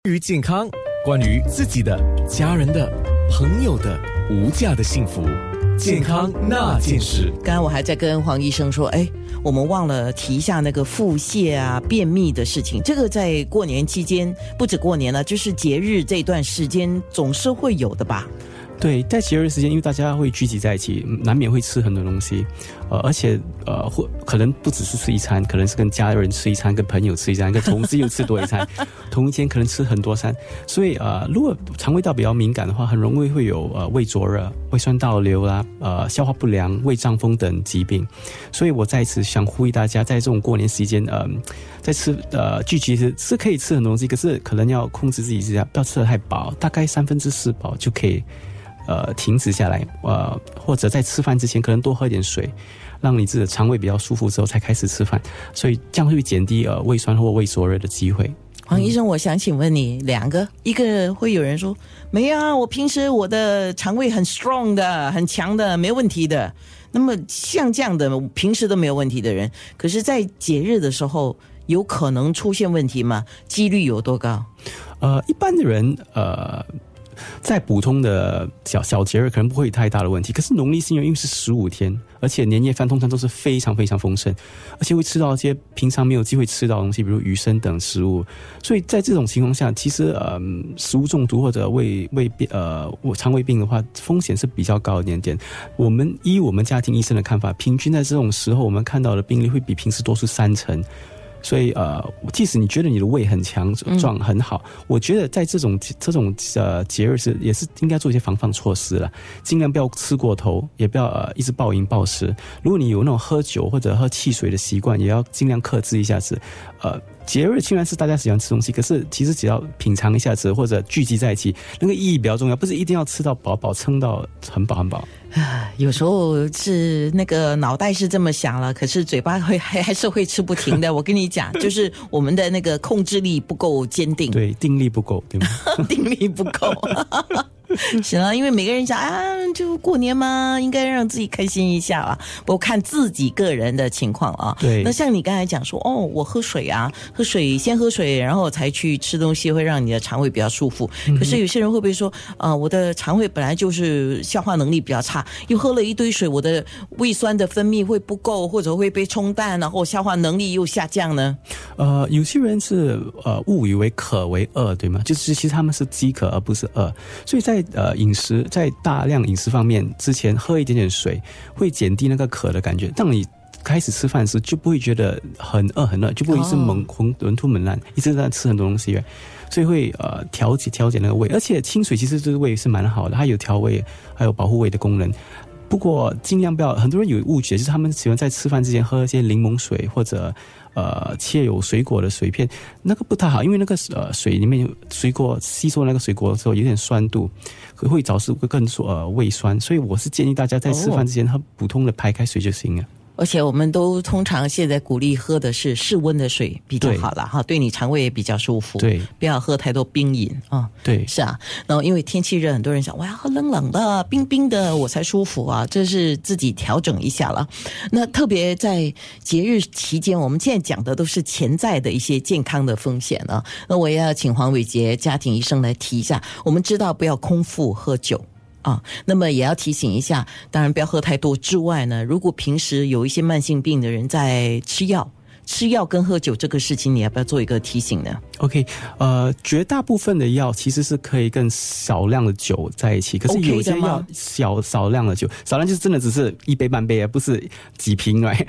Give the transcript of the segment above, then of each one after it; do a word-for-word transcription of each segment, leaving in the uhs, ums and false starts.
关于健康，关于自己的、家人的、朋友的无价的幸福，健康那件事。 刚刚我还在跟黄医生说，哎，我们忘了提一下那个腹泻啊、便秘的事情。这个在过年期间，不止过年了，就是节日这段时间总是会有的吧？ 对，在节日时间，因为大家会聚集在一起，难免会吃很多东西，呃，而且呃，或可能不只是吃一餐，可能是跟家人吃一餐，跟朋友吃一餐，跟同事又吃多一餐，同一天可能吃很多餐，所以呃，如果肠胃道比较敏感的话，很容易会有呃胃灼热、胃酸倒流啦、呃消化不良、胃胀风等疾病。所以我在此想呼吁大家，在这种过年时间，呃，在吃呃聚集是是可以吃很多东西，可是可能要控制自己一下，不要吃得太饱，大概三分之四饱就可以。呃，停止下来，呃，或者在吃饭之前可能多喝一点水，让你自己的肠胃比较舒服之后才开始吃饭，所以这样会减低呃胃酸或胃灼热的机会。 黄医生，我想请问你两个，一个会有人说没有啊，我平时我的肠胃很 strong 的，很强的，没问题的。那么像这样的平时都没有问题的人，可是在节日的时候有可能出现问题吗？几率有多高？ 呃，一般的人呃。在普通的小小节日可能不会有太大的问题，可是农历新年因为是十五天，而且年夜饭通常都是非常非常丰盛，而且会吃到一些平常没有机会吃到的东西，比如鱼生等食物，所以在这种情况下，其实呃食物中毒或者胃胃呃肠胃病的话，风险是比较高一点点。我们依我们家庭医生的看法，平均在这种时候我们看到的病例会比平时多出三成。所以呃，即使你觉得你的胃很强壮很好，嗯、我觉得在这种这种呃节日是也是应该做一些防范措施了，尽量不要吃过头，也不要呃一直暴饮暴食。如果你有那种喝酒或者喝汽水的习惯，也要尽量克制一下子。呃，节日虽然是大家喜欢吃东西，可是其实只要品尝一下子或者聚集在一起，那个意义比较重要，不是一定要吃到饱饱撑到很饱很饱。 有时候是那个脑袋是这么想了，可是嘴巴会还还是会吃不停的。我跟你讲，就是我们的那个控制力不够坚定， 对，定力不够，对吗？ 定力不够。是啊，因为每个人想啊，就过年嘛，应该让自己开心一下啦。不过看自己个人的情况啊。 对。 那像你刚才讲说，哦，我喝水啊，喝水先喝水，然后才去吃东西，会让你的肠胃比较舒服。嗯、可是有些人会不会说，呃，我的肠胃本来就是消化能力比较差，又喝了一堆水，我的胃酸的分泌会不够，或者会被冲淡，然后消化能力又下降呢？ 呃，有些人是呃误以为渴为饿，对吗？就是其实他们是饥渴而不是饿，所以在呃饮食在大量饮食方面之前喝一点点水，会减低那个渴的感觉。当你开始吃饭时，就不会觉得很饿很饿，就不会一直猛浑浑吞猛烂，一直在吃很多东西，所以会呃调节调节那个胃。而且清水其实对胃是蛮好的，它有调胃还有保护胃的功能。不过尽量不要，很多人有误解，就是他们喜欢在吃饭之前喝一些柠檬水或者呃切有水果的水片，那个不太好，因为那个呃水里面水果吸收那个水果的时候有点酸度，会导致更呃胃酸，所以我是建议大家在吃饭之前喝普通的白开水就行了。 而且我们都通常现在鼓励喝的是室温的水比较好了哈，对你肠胃也比较舒服。 对， 不要喝太多冰饮啊。 对， 是啊。然后因为天气热，很多人想我要喝冷冷的、冰冰的我才舒服啊，这是自己调整一下了。那特别在节日期间，我们现在讲的都是潜在的一些健康的风险啊。那我也要请黄伟杰家庭医生来提一下，我们知道不要空腹喝酒。啊，那么也要提醒一下，当然不要喝太多之外呢，如果平时有一些慢性病的人在吃药，吃药跟喝酒这个事情，你要不要做一个提醒呢？ OK， 呃，绝大部分的药其实是可以跟少量的酒在一起，可是有些药小少量的酒，少量就是真的只是一杯半杯，而不是几瓶来。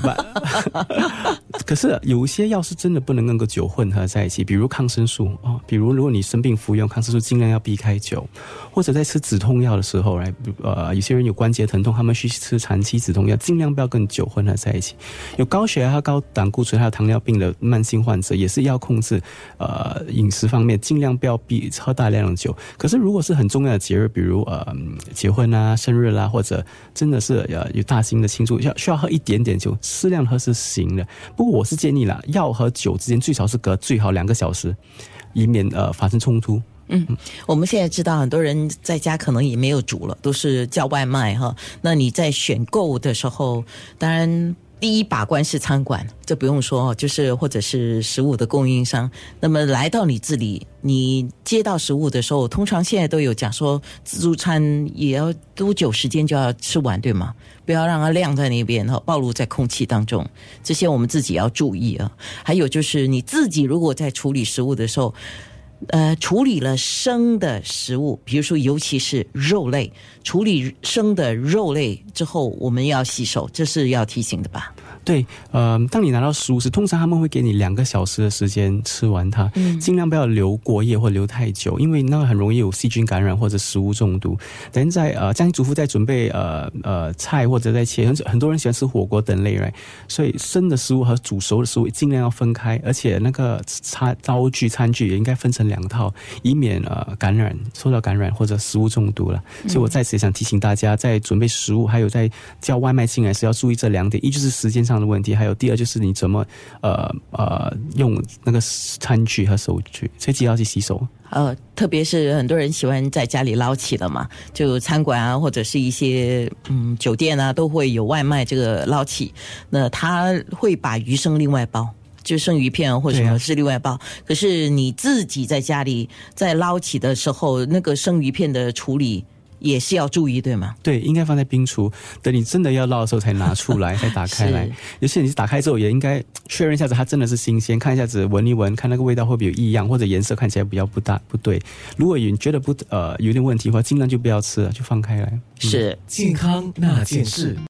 可是有些药是真的不能跟个酒混合在一起，比如抗生素哦，比如如果你生病服用抗生素，尽量要避开酒，或者在吃止痛药的时候，来呃，有些人有关节疼痛，他们去吃长期止痛药，尽量不要跟酒混合在一起。有高血压和高胆固醇还有糖尿病的慢性患者，也是要控制呃饮食方面，尽量不要避喝大量的酒。可是如果是很重要的节日，比如呃结婚啊、生日啦，或者真的是呃有大型的庆祝，要需要喝一点点酒，适量喝是行的。不过我是建议啦，药和酒之间最少是隔最好两个小时，以免呃发生冲突。 嗯，我们现在知道很多人在家可能也没有煮了，都是叫外卖哈。那你在选购的时候，当然第一把关是餐馆，这不用说，就是或者是食物的供应商。那么来到你这里，你接到食物的时候，通常现在都有讲说，自助餐也要多久时间就要吃完，对吗？不要让它晾在那边，暴露在空气当中，这些我们自己要注意啊。还有就是你自己如果在处理食物的时候，呃，处理了生的食物，比如说尤其是肉类，处理生的肉类之后，我们要洗手，这是要提醒的吧？ 对，呃，当你拿到食物时，通常他们会给你两个小时的时间吃完它，嗯，尽量不要留过夜或留太久，因为那个很容易有细菌感染或者食物中毒。等在呃家庭主妇在准备呃呃菜或者在切，很很多人喜欢吃火锅等类， right? 所以生的食物和煮熟的食物尽量要分开，而且那个餐刀具餐具也应该分成两套，以免呃感染受到感染或者食物中毒了。所以我在此也想提醒大家，在准备食物还有在叫外卖进来是要注意这两点，一就是时间上的问题，还有第二就是你怎么呃呃用那个餐具和手具，所以记得要去洗手。 呃，特别是很多人喜欢在家里捞起的嘛，就餐馆啊，或者是一些嗯酒店啊，都会有外卖这个捞起，那他会把鱼生另外包。就生鱼片或者什么是另外包，可是你自己在家里在捞起的时候，那个生鱼片的处理也是要注意，对吗？ 对，应该放在冰橱，等你真的要捞的时候才拿出来，才打开来。尤其你打开之后，也应该确认一下子它真的是新鲜，看一下子闻一闻，看那个味道会不会有异样，或者颜色看起来比较不大不对。如果你觉得不呃有点问题的话，尽量就不要吃了，就放开来。 是、 嗯、健康那件事。